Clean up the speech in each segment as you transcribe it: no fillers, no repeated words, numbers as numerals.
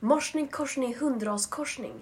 Morsning, korsning, hundraskorsning.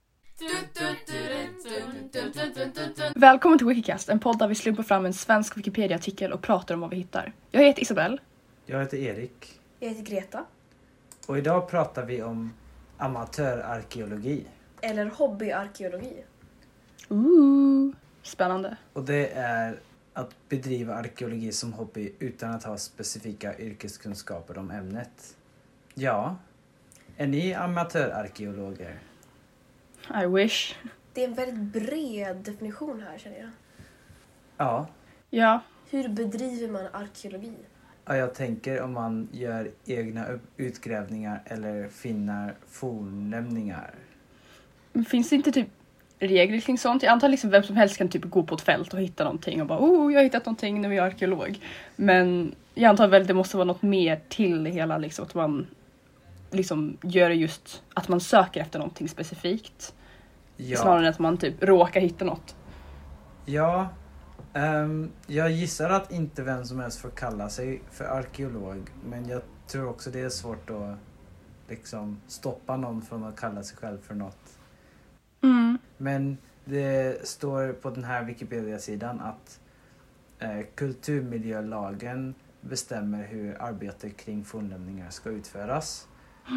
Välkommen till Wikicast, en podd där vi slumpar fram en svensk Wikipedia-artikel och pratar om vad vi hittar. Jag heter Isabel. Jag heter Erik. Jag heter Greta. Och idag pratar vi om amatörarkeologi. Eller hobbyarkeologi. Spännande. Och det är att bedriva arkeologi som hobby utan att ha specifika yrkeskunskaper om ämnet. Ja, är ni amatörarkeologer? I wish. Det är en väldigt bred definition här, känner jag. Ja. Ja. Hur bedriver man arkeologi? Ja, jag tänker om man gör egna utgrävningar eller finner fornlämningar. Men finns det inte typ regler kring sånt? Jag antar liksom vem som helst kan typ gå på ett fält och hitta någonting och bara jag har hittat någonting när jag är arkeolog. Men jag antar väl det måste vara något mer till det hela, liksom, att man liksom gör det just att man söker efter någonting specifikt. Ja. Snarare än att man typ råkar hitta något. Ja, jag gissar att inte vem som helst får kalla sig för arkeolog. Men jag tror också det är svårt att liksom stoppa någon från att kalla sig själv för något. Men det står på den här Wikipedia-sidan att kulturmiljölagen bestämmer hur arbetet kring fornlämningar ska utföras.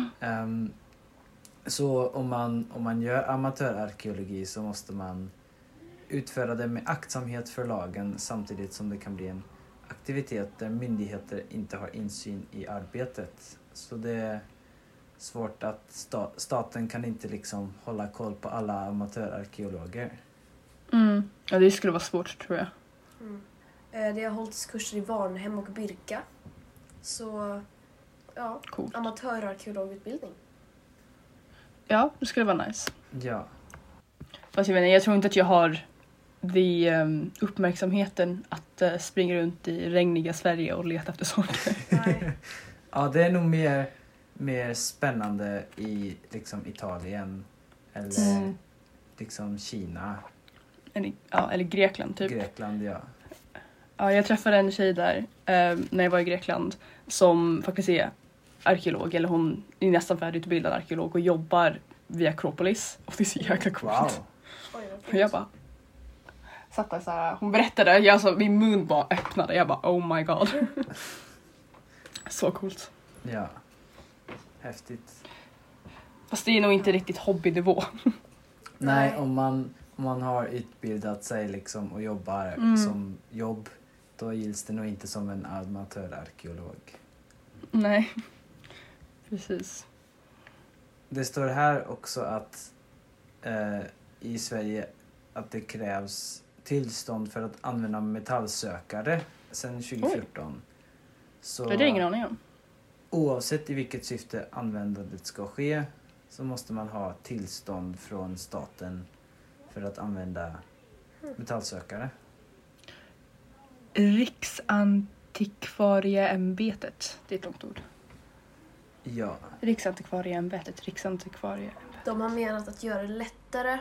Så om man gör amatörarkeologi så måste man utföra det med aktsamhet för lagen samtidigt som det kan bli en aktivitet där myndigheter inte har insyn i arbetet. Så det är svårt att staten kan inte liksom hålla koll på alla amatörarkeologer. Ja, det skulle vara svårt, tror jag. Det har hållits kurser i Varnhem och Birka. Så, ja, Coolt. amatörarkeologutbildning. Ja, det skulle vara nice. Ja. Fast jag tror inte att jag har uppmärksamheten att springa runt i regniga Sverige och leta efter saker. Nej. Ja, det är nog mer spännande i liksom Italien eller liksom Kina. Eller Grekland typ. Grekland, ja. Ja, jag träffade en tjej där när jag var i Grekland som faktiskt är arkeolog, eller hon är nästan färdigutbildad arkeolog och jobbar vid Akropolis. Och det är så jäkla coolt. Wow. Och jag bara satt där så här, hon berättade, min mun bara öppnade. Jag bara, oh my god. Så coolt. Ja. Häftigt. Fast det är nog inte riktigt hobbynivå. Nej, om man har utbildat sig liksom och jobbar som jobb, då gills det nog inte som en amatörarkeolog. Nej, precis. Det står här också att i Sverige att det krävs tillstånd för att använda metallsökare sedan 2014. Så Det är ingen aning om. oavsett i vilket syfte användandet ska ske så måste man ha tillstånd från staten för att använda metallsökare. Riksantikvarieämbetet. Det är ett långt ord. Ja. Riksantikvarieämbetet. De har menat att göra det lättare.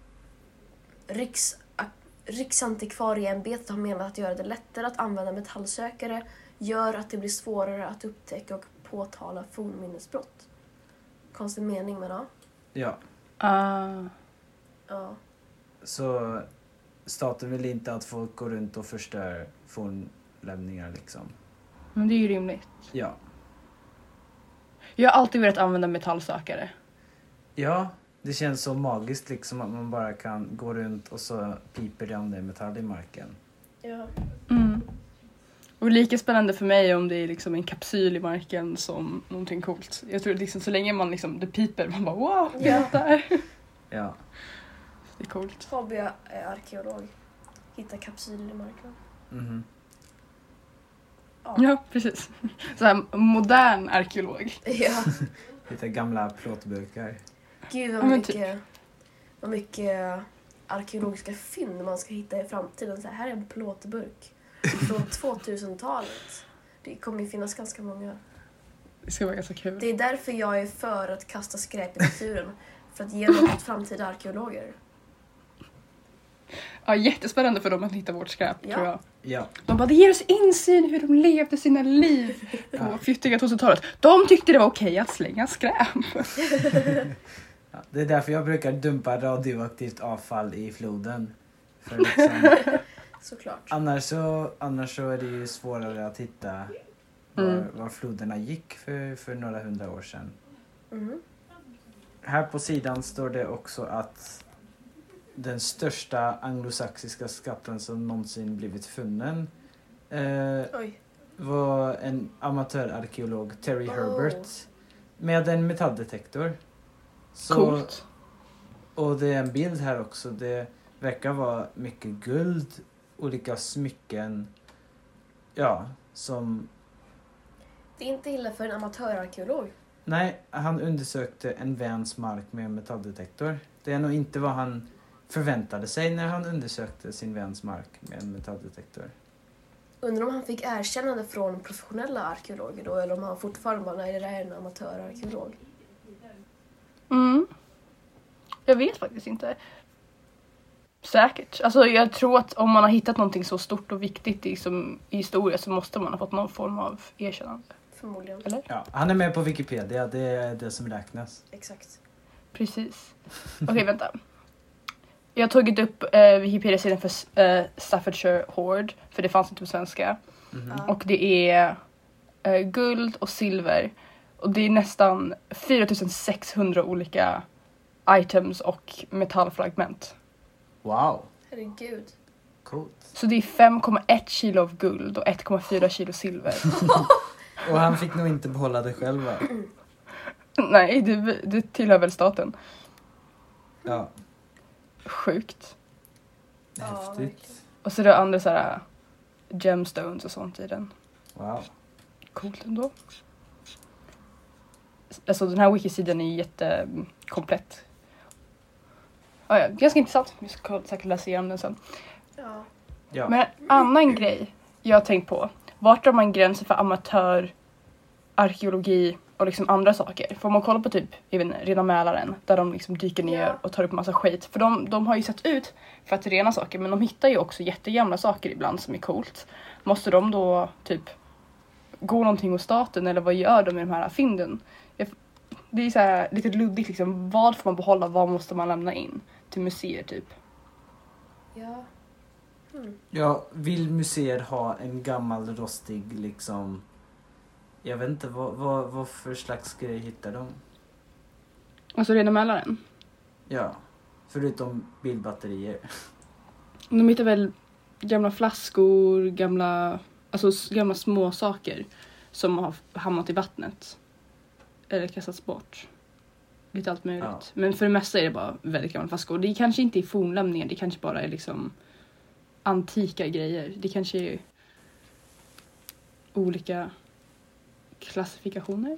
Riksantikvarieämbetet har menat att göra det lättare att använda metallsökare gör att det blir svårare att upptäcka och påtala fornminnesbrott. Konstig mening, men ja. Ja. Ja. Så staten vill inte att folk går runt och förstör fornlämningar liksom. Men det är ju rimligt. Ja. Jag har alltid velat använda metallsökare. Ja, det känns så magiskt liksom att man bara kan gå runt och så piper det om det är metall i marken. Ja. Och lika spännande för mig om det är liksom en kapsyl i marken som någonting coolt. Jag tror liksom så länge man liksom det piper, man bara wow, det är där. Ja. Det är coolt. Hobbyarkeolog. Hitta kapsyler i marken. Ja, precis. Så här modern arkeolog. Ja. Lite gamla plåtburkar. Gud vad mycket arkeologiska fynd man ska hitta i framtiden. Så här är en plåtburk från 2000-talet. Det kommer ju finnas ganska många. Det ska vara ganska kul. Det är därför jag är för att kasta skräp i naturen. För att ge något åt framtida arkeologer. Ja, jättespännande för dem att hitta vårt skräp, Ja. tror jag. Ja. De bara, det ger oss insyn hur de levde sina liv på fjuttiga 2000-talet. De tyckte det var okej att slänga skräp. Ja, det är därför jag brukar dumpa radioaktivt avfall i floden. För liksom, Såklart. annars så är det ju svårare att hitta var floderna gick för några 100 år sedan. Mhm. Här på sidan står det också att den största anglosaxiska skatten som någonsin blivit funnen Oj. var en amatörarkeolog, Terry Herbert, med en metalldetektor. Så, Coolt. och det är en bild här också. Det verkar vara mycket guld, olika smycken. Ja, som... Det är inte illa för en amatörarkeolog. Nej, han undersökte en väns mark med en metalldetektor. Det är nog inte vad han förväntade sig när han undersökte sin väns mark med en metalldetektor. Undrar om han fick erkännande från professionella arkeologer då, eller om han fortfarande bara, nej, det där är en amatörarkeolog. Mm. Jag vet faktiskt inte. Säkert. Alltså jag tror att om man har hittat någonting så stort och viktigt i historia så måste man ha fått någon form av erkännande. Förmodligen. Eller? Ja, han är med på Wikipedia, det är det som räknas. Exakt. Precis. Okej, vänta. Jag har tagit upp Wikipedia-sidan för Staffordshire Hoard, för det fanns inte på svenska. Mhm. Ja. Och det är guld och silver. Och det är nästan 4600 olika items och metallfragment. Wow, Herregud. coolt. Så det är 5,1 kilo av guld och 1,4 kilo silver. Och han fick nog inte behålla det själv, va? Nej, det tillhör väl staten. Ja, Sjukt. Ja, häftigt. verkligen. Och så är det andra så här gemstones och sånt i den. Wow. Coolt ändå. Alltså den här wikisidan är ju jättekomplett. Ja, ganska intressant. Vi ska säkert läsa igenom den sen. Ja. Ja. Men en annan grej jag har tänkt på. Vart drar man gränser för amatörarkeologi och liksom andra saker? Får man kolla på typ Rena Mälaren där de liksom dyker ner Ja. och tar upp massa skit. För de har ju sett ut för att rena saker, men de hittar ju också jättegamla saker ibland som är coolt. Måste de då typ gå någonting hos staten eller vad gör de med de här fynden? Det är så här lite luddigt liksom. Vad får man behålla? Vad måste man lämna in till museer typ? Ja. Ja, vill museer ha en gammal rostig liksom... Jag vet inte, vad för slags grej hittar de? Alltså Rena Mälaren. Ja, förutom bilbatterier. De hittar väl gamla flaskor, gamla små saker som har hamnat i vattnet. Eller kastats bort. Lite allt möjligt. Ja. Men för det mesta är det bara väldigt gamla flaskor. Det kanske inte är fornlämningar, det kanske bara är liksom antika grejer. Det kanske är olika klassifikationer.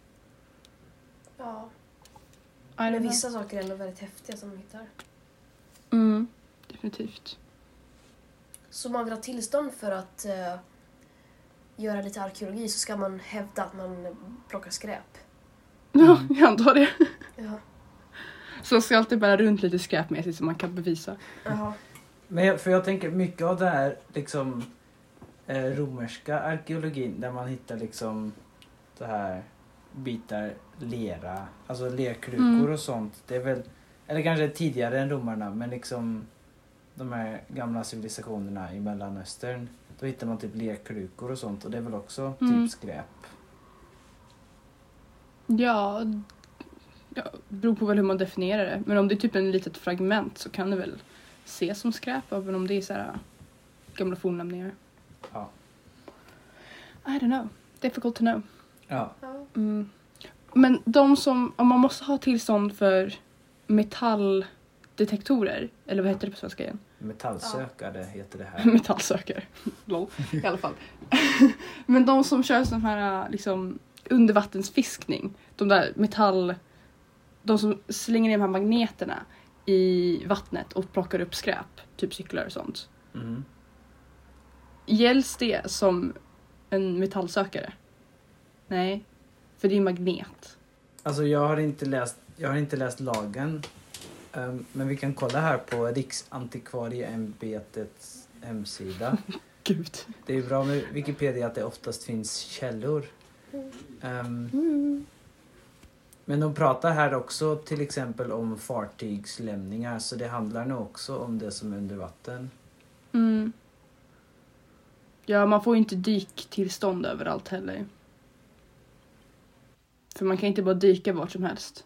Ja. I don't Men know. vissa saker är ändå väldigt häftiga som de hittar. Mm, definitivt. Så om man vill ha tillstånd för att göra lite arkeologi så ska man hävda att man plockar skräp. Ja, jag antar det. Ja. Så ska alltid bära runt lite skräp med sig som man kan bevisa. Jaha. Men för jag tänker mycket av det här liksom romerska arkeologin där man hittar liksom det här bitar lera, alltså lerkrukor och sånt. Det är väl, eller kanske tidigare än romarna, men liksom de här gamla civilisationerna i Mellanöstern, då hittar man typ lerkrukor och sånt och det är väl också typ skräp. Ja, beror på väl hur man definierar det. Men om det är typ en litet fragment så kan det väl ses som skräp, även om det är så här gamla fornlämningar. Ja. I don't know. Difficult to know. Ja. Ja. Mm. Men om man måste ha tillstånd för metalldetektorer, eller vad heter det på svenska igen? Metallsökare heter det här. Metallsökare. Lol. I alla fall. Men de som kör sån här liksom undervattensfiskning, de som slänger ner de här magneterna i vattnet och plockar upp skräp, typ cyklar och sånt. Mm. Gälls det som en metallsökare? Nej, för det är magnet. Alltså jag har inte läst lagen Men vi kan kolla här på Riksantikvarieämbetets hemsida. Gud. Det är bra med Wikipedia att det oftast finns källor. Men de pratar här också till exempel om fartygslämningar, så det handlar nog också om det som är under vatten. Mm. Ja, man får ju inte dyktillstånd överallt heller. För man kan inte bara dyka vart som helst.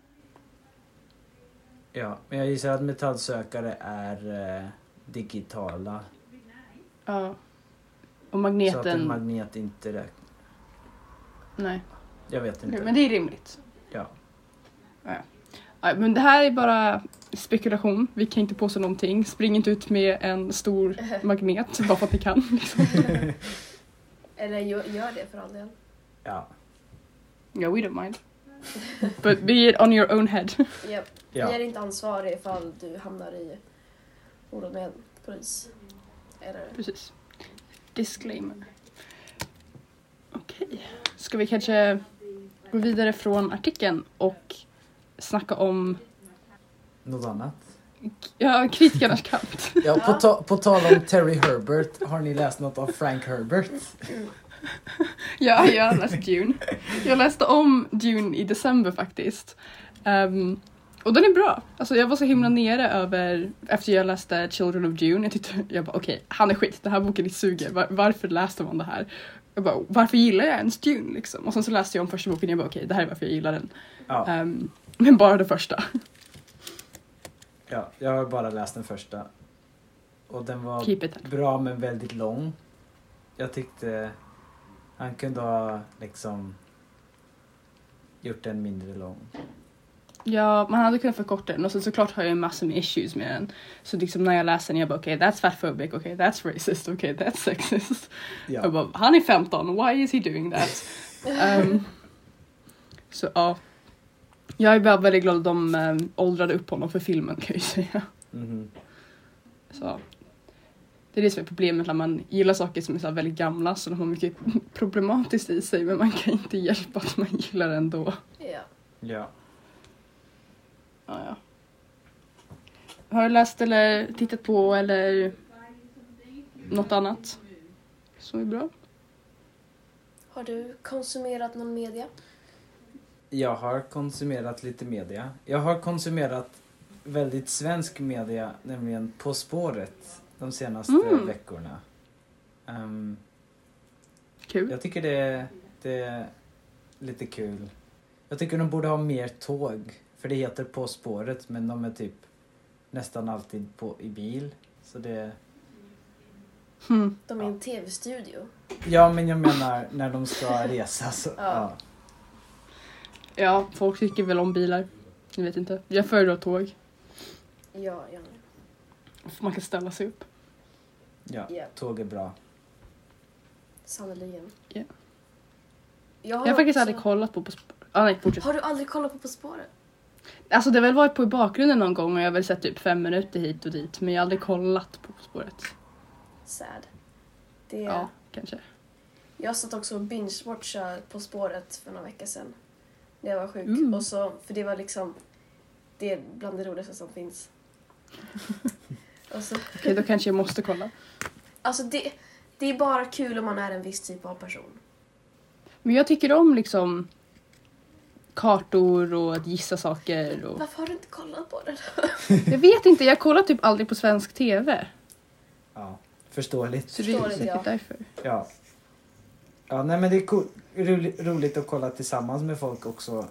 Ja, men jag gissar att metallsökare är digitala. Ja. Och Så att magneten... en magnet inte räknas. Nej. Jag vet inte. Men det är rimligt. Ja. Ja, men det här är bara spekulation. Vi kan inte påstå någonting. Spring inte ut med en stor magnet bara för att ni kan. Liksom. Eller gör det för all del. Ja. Ja, we don't mind. But be it on your own head. Yep. Ja. Vi är inte ansvariga ifall du hamnar i ord med polis. Eller... Precis. Disclaimer. Okej. Ska vi kanske gå vidare från artikeln och snacka om Något annat? kritikernas kamp. Ja, på tal om Terry Herbert, har ni läst något av Frank Herbert? Ja, jag har läst Dune. Jag läste om Dune i december faktiskt. Och den är bra. Alltså jag var så himla nere över, efter jag läste Children of Dune, jag bara okej, han är skit, den här boken är suger. Varför läste man det här? Jag bara, varför gillar jag ens Dune liksom? Och sen så läste jag om första boken och jag bara okej, det här är varför jag gillar den. Ja. Men bara det första. Ja, jag har bara läst den första. Och den var Keep it. bra men väldigt lång. Jag tyckte han kunde ha liksom gjort den mindre lång. Ja, man hade kunnat förkorta den och sen såklart har jag en massa med issues med den. Så liksom när jag läser den jag bara okej, that's fatphobic, okej, that's racist, okej, that's sexist. Ja. Jag bara, han är 15, why is he doing that? Så ja. Jag är bara väldigt glad att de åldrade upp honom för filmen kan jag ju säga. Mhm. Så det är det som är problemet när man gillar saker som är så här väldigt gamla så de har mycket problematiskt i sig men man kan inte hjälpa att man gillar det ändå. Ja. Ja. Ja. Har du läst eller tittat på eller något annat som är bra? Har du konsumerat någon media? Jag har konsumerat lite media. Jag har konsumerat väldigt svensk media, nämligen På spåret de senaste veckorna. Kul. Jag tycker det är lite kul. Jag tycker de borde ha mer tåg. För det heter På spåret men de är typ nästan alltid i bil. Så det... De är i en tv-studio. Ja, men jag menar när de ska resa så... Ja. Ja, folk tycker väl om bilar. Jag vet inte. Jag föredrar tåg. Ja. Man kan ställa sig upp. Ja, Ja. tåg är bra. Sannoliken. Ja. Jag Jag har faktiskt aldrig kollat på spåret. Nej, fortsätt. Har du aldrig kollat på spåret? Alltså det har väl varit på i bakgrunden någon gång och jag har väl sett typ 5 minuter hit och dit. Men jag har aldrig kollat på spåret. Sad. Det... Ja, kanske. Jag satt också och binge-watchade På spåret för några veckor sedan. När jag var sjuk. Och så, för det var liksom... Det är bland det roligaste som finns. Och så, Okej, då kanske jag måste kolla. alltså det är bara kul om man är en viss typ av person. Men jag tycker om liksom kartor och att gissa saker. Och... Varför har du inte kollat på det? Jag vet inte, jag kollar typ aldrig på svensk tv. Ja, förståeligt. Så det är Förståeligt, säkert ja. därför. Ja. Ja, nej men det är roligt att kolla tillsammans med folk också.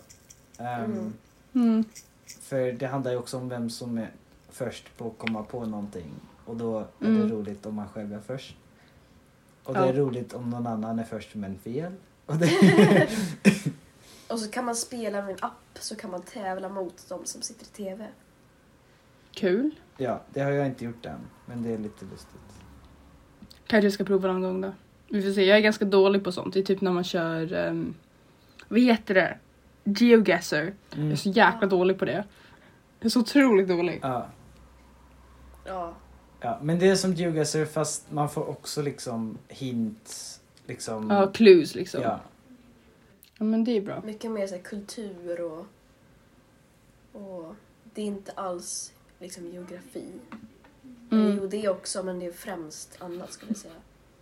För det handlar ju också om vem som är först på att komma på någonting. Och då är det roligt om man själv är först. Och det är roligt om någon annan är först med en fel. Och, Och så kan man spela med en app så kan man tävla mot de som sitter i tv. Kul. ja, det har jag inte gjort än. Men det är lite lustigt. Kanske jag ska prova någon gång då. Vi får se, jag är ganska dålig på sånt. Det är typ när man kör... vad heter det? GeoGuessr. Jag är så jäkla dålig på det. Jag är så otroligt dålig. Ja. Ja. Ja, men det är som GeoGuessr fast man får också liksom hints. Liksom. Ja, clues liksom. Ja. Ja, men det är bra. Mycket mer så här, kultur och det är inte alls liksom geografi. Mm. Jo, det är också, men det är främst annat skulle jag säga.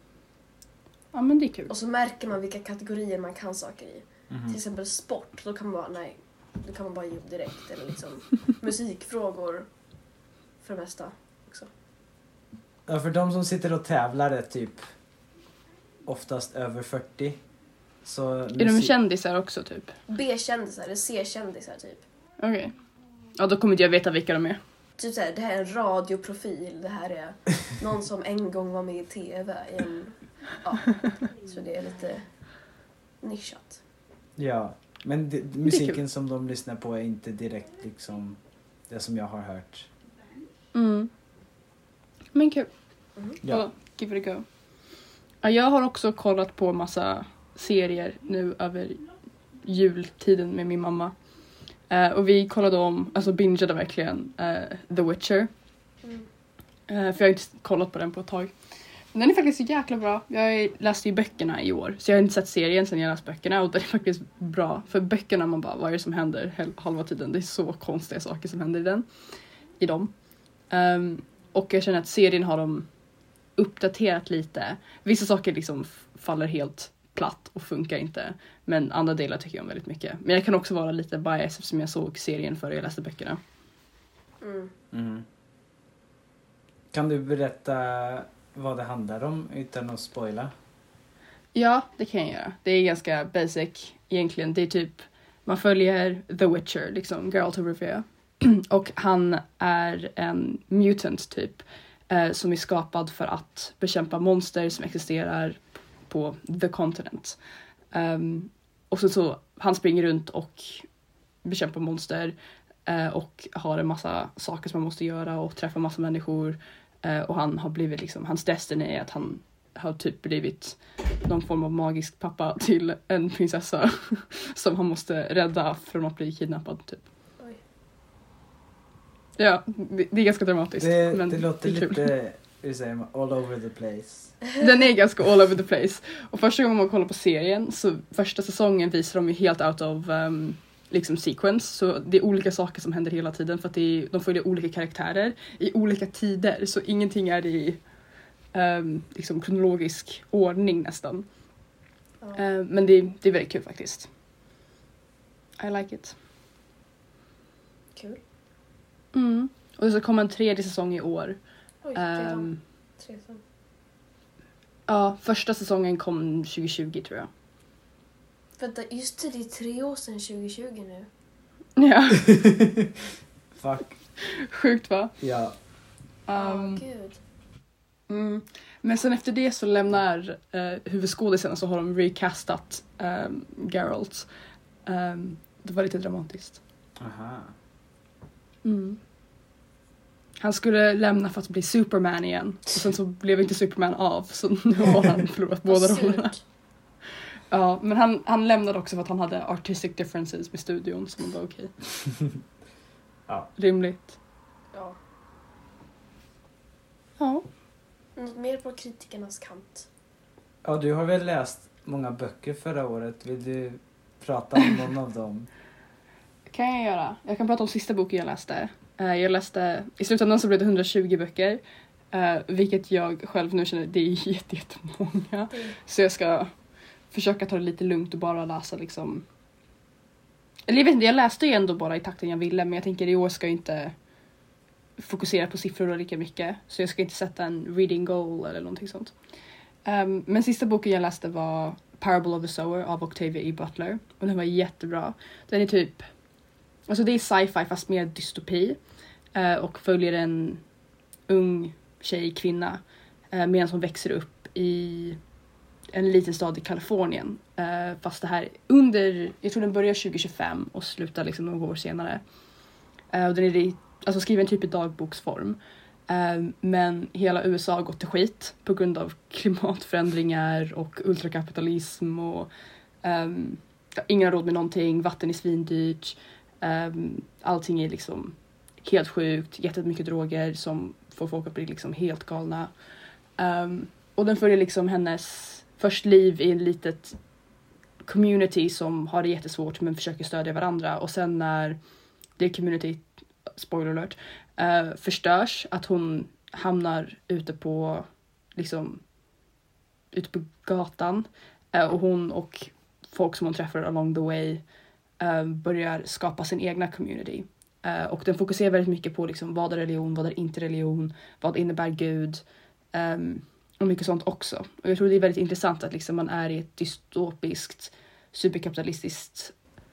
Ja, men det är kul. Och så märker man vilka kategorier man kan saker i. Mhm. Till exempel sport, då kan man bara, nej, då kan man bara ge upp direkt. Eller liksom musikfrågor för det mesta också. Ja, för de som sitter och tävlar är typ oftast över 40. Så Är de kändisar också typ? B-kändisar eller C-kändisar typ. Okej. Ja, då kommer inte jag veta vilka de är. Typ såhär, det här är en radioprofil, det här är någon som en gång var med i TV. Ja, så det är lite nischat. Ja, men musiken som de lyssnar på är inte direkt liksom det som jag har hört. Mm. Men kul. Ja. Give it a go. Ja, jag har också kollat på massa serier nu över jultiden med min mamma. Och vi kollade alltså bingeade verkligen The Witcher. För jag har inte kollat på den på ett tag. Men den är faktiskt så jäkla bra. Jag läste ju böckerna i år. Så jag har inte sett serien sen jag läste böckerna. Och den är faktiskt bra. För böckerna man bara, vad är det som händer halva tiden? Det är så konstiga saker som händer i dem. Och jag känner att serien har de uppdaterat lite. Vissa saker liksom faller helt platt och funkar inte. Men andra delar tycker jag om väldigt mycket. Men jag kan också vara lite bias eftersom jag såg serien före jag läste böckerna. Mm. Kan du berätta vad det handlar om utan att spoila? Ja, det kan jag göra. Det är ganska basic egentligen. Det är typ, man följer The Witcher, liksom Geralt of Rivia. Och han är en mutant typ. Som är skapad för att bekämpa monster som existerar på The Continent. Och så han springer runt och bekämpar monster. Och har en massa saker som man måste göra och träffa massa människor. Och han har blivit liksom, hans destiny är att han har typ blivit någon form av magisk pappa till en prinsessa som han måste rädda från att bli kidnappad typ. Oj. Ja, det är ganska dramatiskt. Men det låter det är kul. lite, hur säger man, all over the place. Den är ganska all over the place. Och första gången man kollar på serien så första säsongen visar de ju helt out of liksom sequence. Så det är olika saker som händer hela tiden för att de följer olika karaktärer i olika tider. Så ingenting är i liksom kronologisk ordning nästan. Ja. Men det är väldigt kul faktiskt. I like it. Kul. Och så kommer en 3:e säsong i år. Oj, redan 3 säsonger. Ja, första säsongen kom 2020 tror jag. Vänta, just det är 3 år sedan 2020 nu. Ja, Fuck. sjukt va? Ja. Gud. Men sen efter det så lämnar huvudskådisarna så har de recastat Geralt. Det var lite dramatiskt. Aha. Han skulle lämna för att bli Superman igen. Och sen så blev inte Superman av. Så nu har han förlorat båda rollerna. Ja, men han lämnade också för att han hade artistic differences med studion. Som var okej. Ja. Rimligt. Ja. Ja. Något mer på kritikernas kant? Ja, du har väl läst många böcker förra året. Vill du prata om någon av dem? Kan jag göra. Jag kan prata om sista boken jag läste. Jag läste, i slutändan så blev det 120 böcker. Vilket jag själv nu känner, det är jättemånga. Så jag ska försöka ta det lite lugnt och bara läsa liksom. Eller jag vet inte, jag läste ju ändå bara i takten jag ville. Men jag tänker i år ska jag inte fokusera på siffror och lika mycket. Så jag ska inte sätta en reading goal eller någonting sånt. Men sista boken jag läste var Parable of the Sower av Octavia E. Butler. Och den var jättebra. Den är typ, alltså det är sci-fi fast mer dystopi. Och följer en ung kvinna medan hon växer upp i en liten stad i Kalifornien. Fast det här jag tror den börjar 2025 och slutar liksom några år senare. Och den är alltså skriven typ i dagboksform. Men hela USA har gått till skit på grund av klimatförändringar och ultrakapitalism och ingen har råd med någonting, vatten är svindyrt, allting är liksom helt sjukt, jättemycket droger som får folk att bli liksom helt galna. Och den följer liksom hennes först liv i en litet community som har det jättesvårt men försöker stödja varandra och sen när det community spoiler alert, förstörs. Att hon hamnar ute på gatan. Och hon och folk som hon träffar along the way börjar skapa sin egna community. Och den fokuserar väldigt mycket på liksom, vad är religion, vad är inte religion, vad innebär Gud. Och mycket sånt också. Och jag tror det är väldigt intressant att liksom, man är i ett dystopiskt, superkapitalistiskt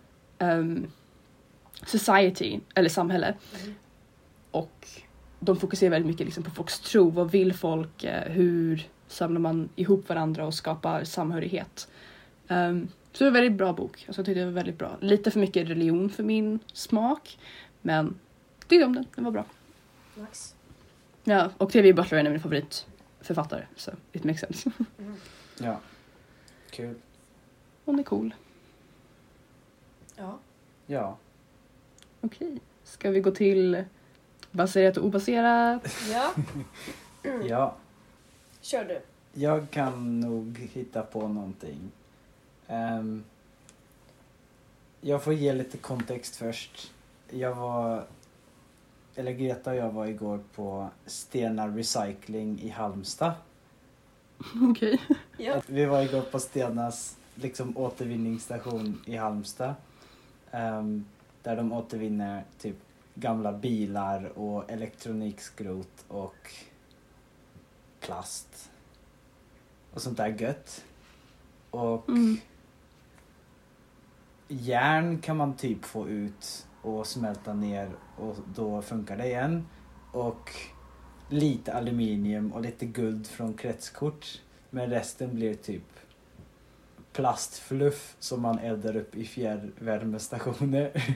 society, eller samhälle. Och de fokuserar väldigt mycket liksom, på folks tro. Vad vill folk? Hur samlar man ihop varandra och skapar samhörighet? Så det var en väldigt bra bok. Alltså, jag tyckte det var väldigt bra. Lite för mycket religion för min smak. Men tyckte om den. Den var bra. Nice. Ja, och T.V. Butler är min favoritförfattare. Så it makes sense. Ja, kul. Hon är cool. Ja. Ja. Okej. Ska vi gå till baserat och obaserat? Ja. Ja, Kör du. jag kan nog hitta på någonting. Jag får ge lite kontext först. Greta och jag var igår på Stena Recycling i Halmstad. Okej. Ja. Vi var igår på Stenas liksom återvinningsstation i Halmstad. Där de återvinner typ gamla bilar och elektronikskrot och plast. Och sånt där gött. Och järn kan man typ få ut och smälta ner och då funkar det igen. Och lite aluminium och lite guld från kretskort. Men resten blir typ plastfluff som man eldar upp i fjärrvärmestationer.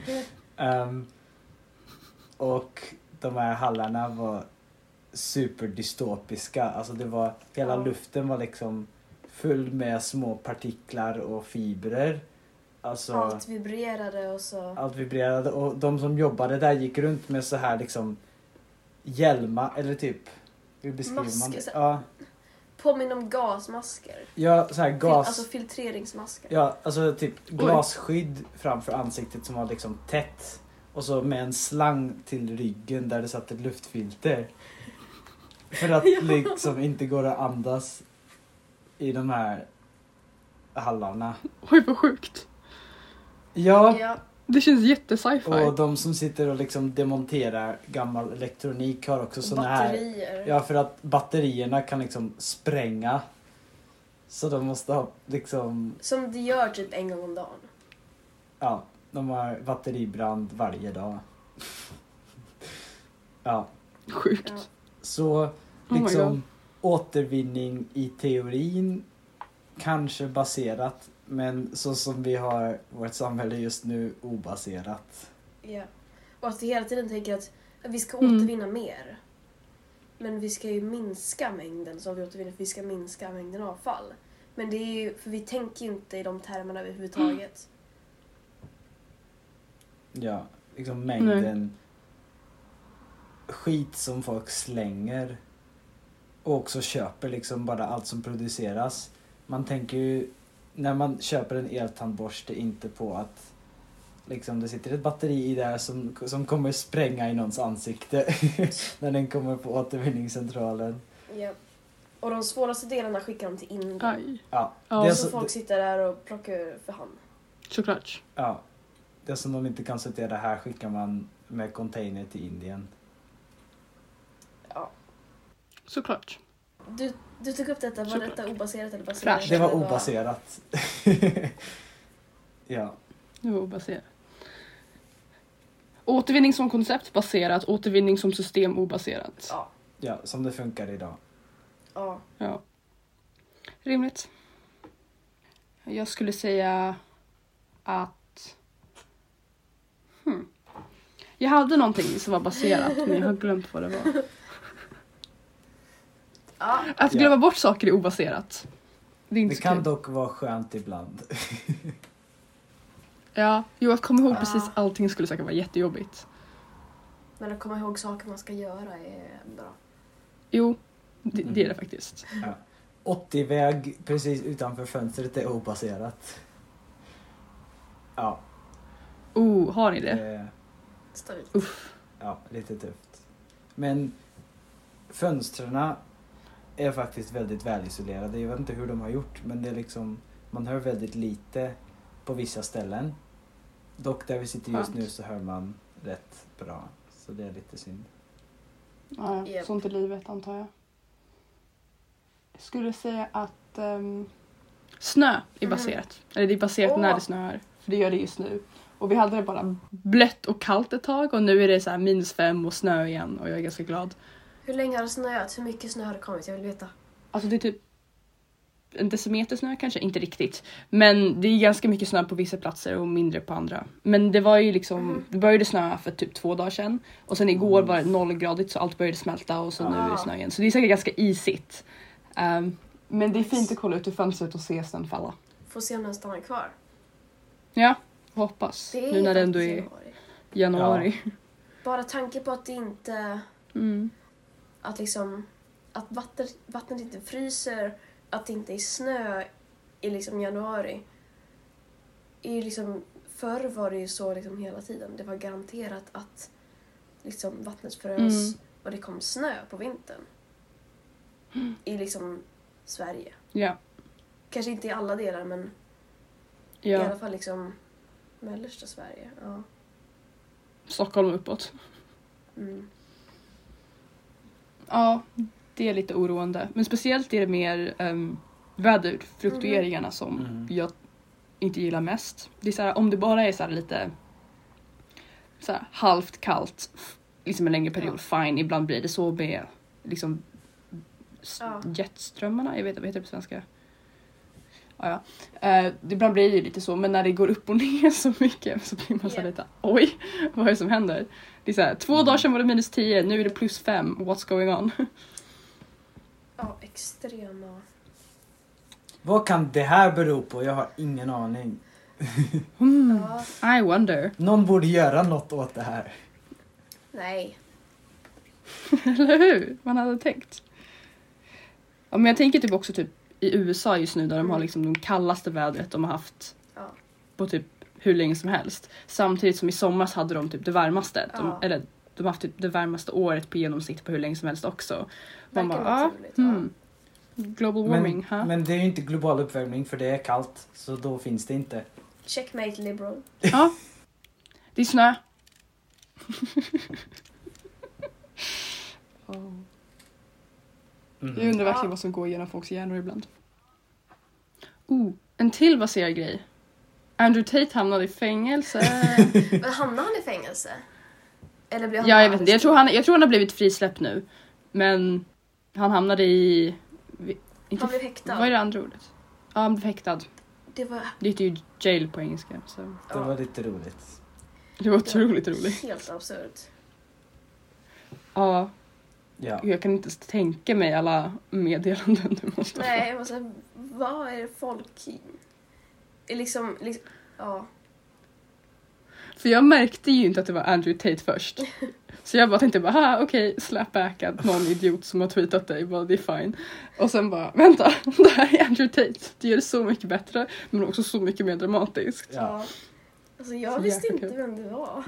Och de här hallarna var superdystopiska. Alltså det var, hela luften var liksom full med små partiklar och fibrer. Alltså, allt vibrerade och så. Allt vibrerade och de som jobbade där gick runt med så här liksom hjälma eller typ, hur beskriver man det? Ja. Påminner om gasmasker. Ja, så här gas. Alltså filtreringsmasker. Ja, alltså typ glasskydd framför ansiktet som var liksom tätt. Och så med en slang till ryggen där det satt ett luftfilter. För att liksom inte går att andas i de här hallarna. Oj, vad sjukt. Ja. Det känns jätte-sci-fi. Och de som sitter och liksom demonterar gammal elektronik har också såna batterier. här. Ja, för att batterierna kan liksom spränga. Så de måste ha liksom. Som det gör typ en gång om dagen. Ja, de har batteribrand varje dag. Ja. Sjukt. Ja. Så liksom återvinning i teorin kanske baserat, men så som vi har vårt samhälle just nu obaserat. Ja. Och att vi hela tiden tänker att vi ska återvinna mer. Men vi ska ju minska mängden som vi återvinner, för vi ska minska mängden avfall. Men det är ju, för vi tänker ju inte i de termerna överhuvudtaget. Ja, liksom mängden skit som folk slänger och också köper liksom bara allt som produceras. Man tänker ju när man köper en eltandborste inte på att liksom det sitter ett batteri i där som kommer spränga i någons ansikte när den kommer på återvinningscentralen. Ja. Och de svåraste delarna skickar de till Indien. Ja. Ja. Det är Så folk sitter där och plockar för hand. Såklart. Ja. Det som de inte kan sortera här skickar man med container till Indien. Ja. Såklart. Du tog upp detta, var detta obaserat eller baserat? Fräscht. Det var obaserat. Ja. Det var obaserat. Återvinning som koncept baserat, återvinning som system obaserat. Ja. Ja, som det funkar idag. Ja. Rimligt. Jag skulle säga att jag hade någonting som var baserat, men jag har glömt vad det var. Ja. Att glömma bort saker är obaserat. Det är inte Det så kan kul. dock vara skönt ibland. Ja, att komma ihåg precis allting skulle säkert vara jättejobbigt. Men att komma ihåg saker man ska göra är bra. Jo, det är det faktiskt. Ja. 80-väg precis utanför fönstret är obaserat. Ja. Har ni det? Stabilt. Uff. ja, lite tufft. Men fönstren är faktiskt väldigt välisolerade. Jag vet inte hur de har gjort, men det är liksom, man hör väldigt lite på vissa ställen. Dock där vi sitter just nu så hör man rätt bra. Så det är lite synd. Ja, Yep. sånt är livet antar jag. Jag skulle säga att snö är baserat. Eller det är baserat när det snöar. För det gör det just nu. Och vi hade det bara blött och kallt ett tag. Och nu är det så här -5 och snö igen. Och jag är ganska glad. Hur länge har det snöat? Hur mycket snö har det kommit? Jag vill veta. Alltså det är typ en decimeter snö kanske, inte riktigt. Men det är ganska mycket snö på vissa platser och mindre på andra. Men det var ju liksom, det började snöa för typ 2 dagar sedan. Och sen igår var det 0-gradigt så allt började smälta och så nu är det snö igen. Så det är säkert ganska isigt. Men det är fint att kolla ut ur fönstret och se snön falla. Får se om den stannar kvar. Ja, hoppas. Det är Nu när det ändå är januari. Ja. Bara tanke på att det inte... Att liksom... Att vattnet inte fryser, att det inte är snö i liksom januari. Är liksom, förr var det ju så liksom hela tiden. Det var garanterat att liksom vattnet frös och det kom snö på vintern. I liksom Sverige. Ja. Kanske inte i alla delar, men i alla fall liksom mellersta Sverige. Ja. Stockholm uppåt. Mm. Ja, det är lite oroande. Men speciellt är det mer väderfluktueringarna som jag inte gillar mest. Det är så här, om det bara är så här lite så här halvt kallt liksom en längre period, fine. Ibland blir det så med liksom jetströmmarna, jag vet inte vad heter det på svenska. Ja. Ibland blir det ju lite så, men när det går upp och ner så mycket så blir man så lite, oj, vad är det som händer? Det är så här, 2 dagar sedan var det -10, nu är det +5, what's going on? Ja, extrema. Vad kan det här bero på? Jag har ingen aning. I wonder. Någon borde göra något åt det här. Nej. Eller hur? Man hade tänkt. Ja, men jag tänker typ också typ i USA just nu där de har liksom de kallaste vädret de har haft på typ hur länge som helst. Samtidigt som i somras hade de typ det varmaste. De har haft typ det varmaste året på genomsnitt på hur länge som helst också. Man bara, global warming. Men det är ju inte global uppvärmning för det är kallt. Så då finns det inte. Checkmate liberal. Ja, det är snö. Jag undrar verkligen vad som går igenom folks hjärnor ibland. En till baserad grej. Andrew Tate hamnade i fängelse. Men hamnade han i fängelse? Eller blev han jag vet inte. Jag tror han har blivit frisläppt nu. Men han hamnade i... Han blev häktad. Vad är det andra ordet? Ja, han blev häktad. Det heter ju jail på engelska. Så. Det var lite roligt. Det var otroligt roligt. Helt absurt. Ja. Jag kan inte ens tänka mig alla meddelanden du måste få. Nej, jag måste säga, vad är det folk... Liksom, ja. För jag märkte ju inte att det var Andrew Tate först. Så jag bara tänkte okej, slap back att någon idiot som har tweetat dig, bara det är fine. Och sen bara, vänta, det här är Andrew Tate. Det gör det så mycket bättre, men också så mycket mer dramatiskt. Ja. Alltså jag visste inte vem det var.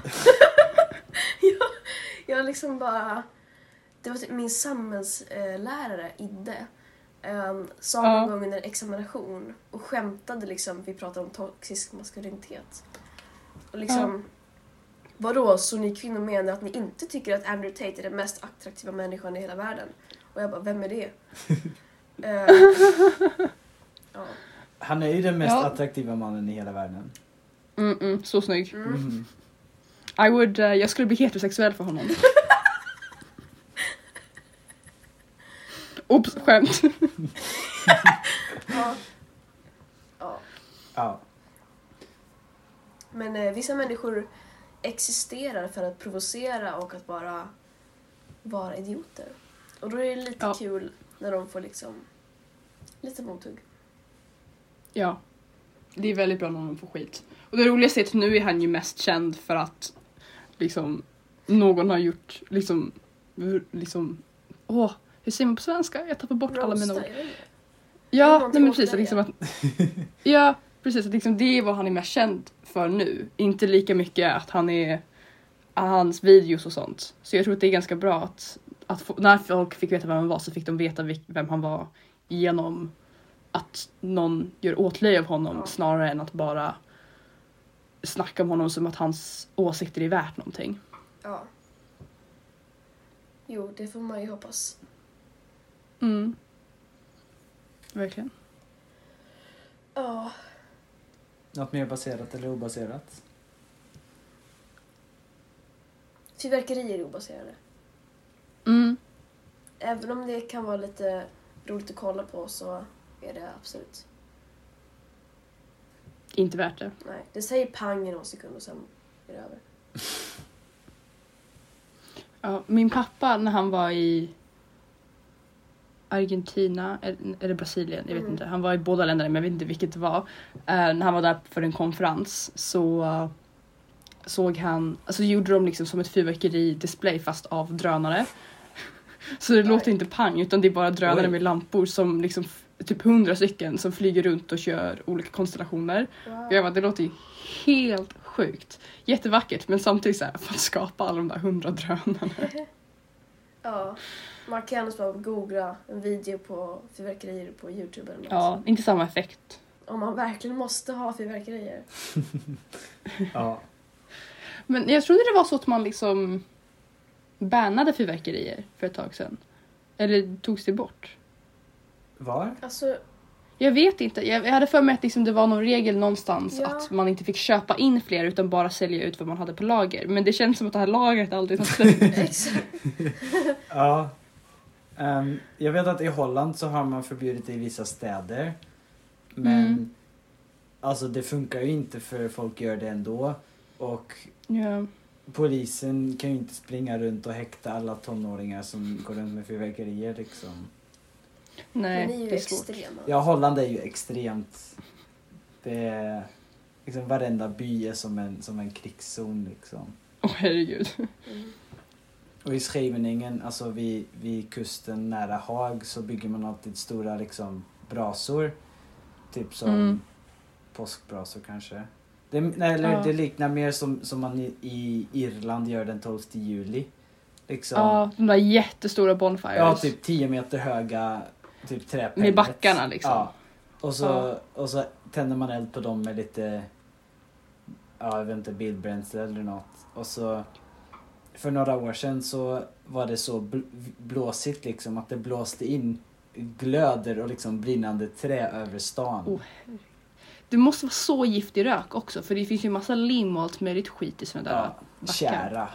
jag liksom bara... Det var typ min samhällslärare, Idde, sa någon gång under en examination och skämtade liksom, vi pratade om toxisk maskulinitet. Och liksom, vadå, så ni kvinnor menar att ni inte tycker att Andrew Tate är den mest attraktiva människan i hela världen? Och jag bara, vem är det? Han är ju den mest attraktiva mannen i hela världen. Så snygg. Jag skulle bli heterosexuell för honom. Oops, skämt. Ja. Men vissa människor existerar för att provocera och att bara vara idioter. Och då är det lite kul när de får liksom lite mothugg. Ja. Det är väldigt bra när de får skit. Och det roligaste är att nu är han ju mest känd för att liksom någon har gjort liksom hur säger man på svenska? Jag tappar bort alla mina ord. Ja, nej, men precis. Liksom att, precis. Att liksom, det är vad han är mest känd för nu. Inte lika mycket att han är hans videos och sånt. Så jag tror att det är ganska bra att när folk fick veta vem han var så fick de veta vem han var genom att någon gör åtlöje av honom snarare än att bara snacka om honom som att hans åsikter är värt någonting. Ja. Jo, det får man ju hoppas. Verkligen. Ja. Något mer baserat eller obaserat? Fyrverkerier är obaserade. Även om det kan vara lite roligt att kolla på så är det absolut. Inte värt det. Nej, det säger pang i någon sekund och sen är det över. Ja, min pappa när han var i Argentina eller Brasilien, jag vet inte. Han var i båda länderna men jag vet inte vilket det var. När han var där för en konferens så såg han, alltså gjorde de liksom som ett fyrverkeri-display fast av drönare. Så det låter inte pang utan det är bara drönare med lampor som liksom typ 100 stycken som flyger runt och kör olika konstellationer. Wow. Jag bara, det låter ju helt sjukt. Jättevackert men samtidigt så här, för att skapa alla de där 100 drönarna. Ja, man kan bara googla en video på fyrverkerier på YouTube eller något. Ja, inte samma effekt. Om man verkligen måste ha fyrverkerier. Ja. Men jag trodde det var så att man liksom bannade fyrverkerier för ett tag sedan. Eller togs det bort? Var? Alltså, Jag vet inte. Jag hade för mig att liksom det var någon regel någonstans Ja. att man inte fick köpa in fler utan bara sälja ut vad man hade på lager. Men det känns som att det här lagret aldrig tar slut. exakt. Ja. Jag vet att i Holland så har man förbjudit det i vissa städer. Men alltså det funkar ju inte för folk gör det ändå. Och Ja. polisen kan ju inte springa runt och häkta alla tonåringar som går runt med fyrverkerier liksom. Nej, Men ni är ju det är svårt. extrema. Ja, Holland är ju extremt. Det är liksom varenda by är som en krigszon liksom. Åh herregud. Och i Scheveningen, alltså vid kusten nära Haag så bygger man alltid stora liksom brasor. Typ som påskbrasor kanske. Det liknar mer som man i Irland gör den 12 juli. Liksom. Ja, de där jättestora bonfires. Ja, typ 10 meter höga typ träpellets. Med backarna liksom. Ja. Och så tänder man eld på dem med lite, ja, jag vet inte, bilbränsle eller något. Och så för några år sedan så var det så blåsigt liksom att det blåste in glöder och liksom brinnande trä över stan. Det måste vara så giftig rök också för det finns ju massa lim och allt möjligt skit i såna där backar. Kära.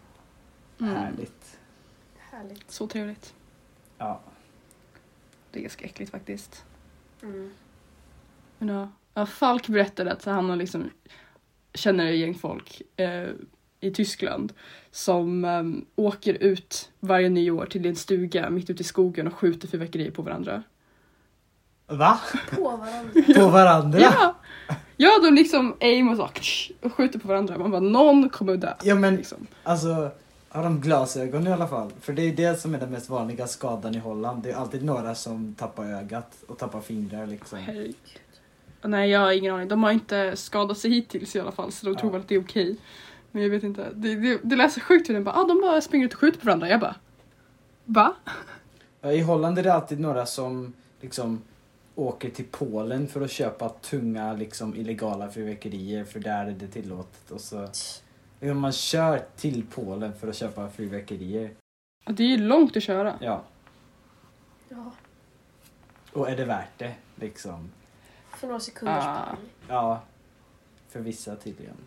Härligt. Härligt. Så trevligt. Ja. Det är ganska äckligt faktiskt. Mm. Men ja, Falk berättade att han har liksom känner ett gäng folk i Tyskland som åker ut varje nyår till en stuga mitt ute i skogen och skjuter fyrverkerier på varandra. Va? På varandra. På varandra? Ja, de liksom aim och så och skjuter på varandra. Man bara, någon kommer dö. Ja, men liksom. alltså har de glasögon i alla fall? För det är det som är den mest vanliga skadan i Holland. Det är alltid några som tappar ögat och tappar fingrar liksom. Herregud. Nej, jag har ingen aning. De har inte skadat sig hittills i alla fall. Så de tror väl att det är okej. Men jag vet inte. Det läser sjukt för den. De bara springer ut och skjuter på varandra. Jag bara, va? I Holland är det alltid några som liksom åker till Polen för att köpa tunga liksom illegala fyrverkerier. För där är det tillåtet. Och så man kör till Polen för att köpa fyrverkerier. Det är ju långt att köra. Ja. Ja, Och är det värt det liksom? för några sekunders pang. Ja. För vissa tydligen.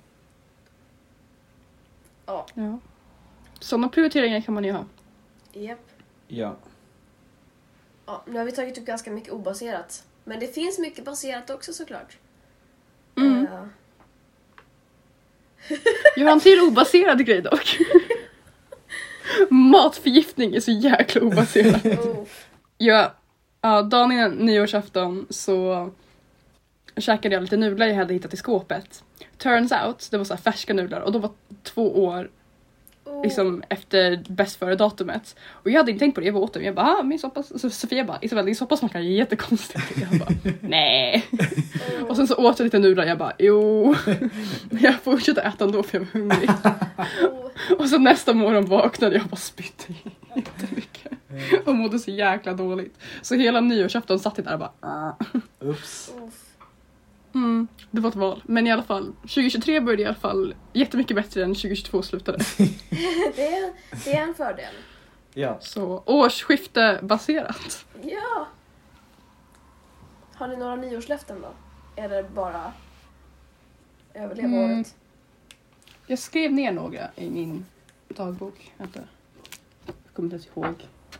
Ja. Sådana prioriteringar kan man ju ha. Japp. Ja. Ja, nu har vi tagit upp ganska mycket obaserat. Men det finns mycket baserat också såklart. Jag har en till obaserad grej dock. Matförgiftning är så jäkla obaserat. Ja, dagen innan nyårsafton så käkade jag lite nudlar jag hade hittat i skåpet. Turns out, det var så här färska nudlar och de var 2 år liksom efter bäst före datumet. Och jag hade inte tänkt på det, jag var åt dem. Jag bara, min soppa. Så Sofia bara, Isabel, din soppa smakar jättekonstigt. Jag bara, nej. Och sen så åt jag lite nudlar, jag bara, jo. Men jag fortsatte äta ändå för jag var hungrig. Och så nästa morgon vaknade jag och bara spydde jättemycket. Och mådde så jäkla dåligt. Så hela nyårsafton satt jag där och bara... Ups. Det var ett val. Men i alla fall, 2023 började i alla fall jättemycket bättre än 2022 slutade. Det är en fördel. Ja. Så årsskifte baserat. Ja. Har ni några nyårslöften då? Är det bara överleva året? Jag skrev ner några i min dagbok. Vänta. Jag kommer inte ihåg.